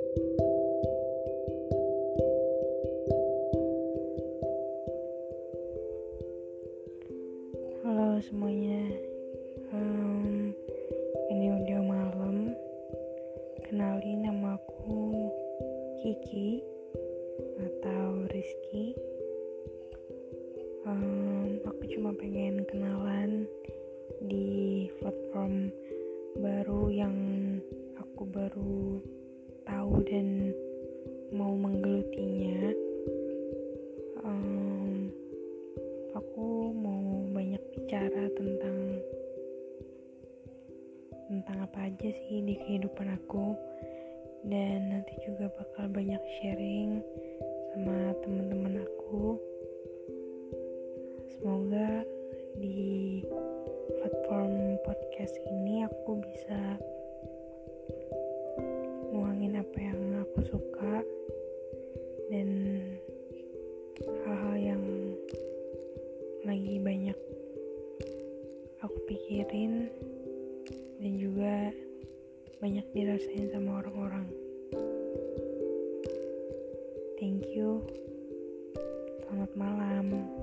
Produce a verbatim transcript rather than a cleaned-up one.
Halo semuanya, um, ini udah malam. Kenalin, nama aku Kiki atau Rizky. um, Aku cuma pengen kenalan di platform baru yang aku baru tahu dan mau menggelutinya. um, Aku mau banyak bicara tentang tentang apa aja sih di kehidupan aku, dan nanti juga bakal banyak sharing sama teman-teman aku. Semoga di platform podcast ini aku bisa nuangin apa yang aku suka dan hal-hal yang lagi banyak aku pikirin dan juga banyak dirasain sama orang-orang. Thank you. Selamat malam.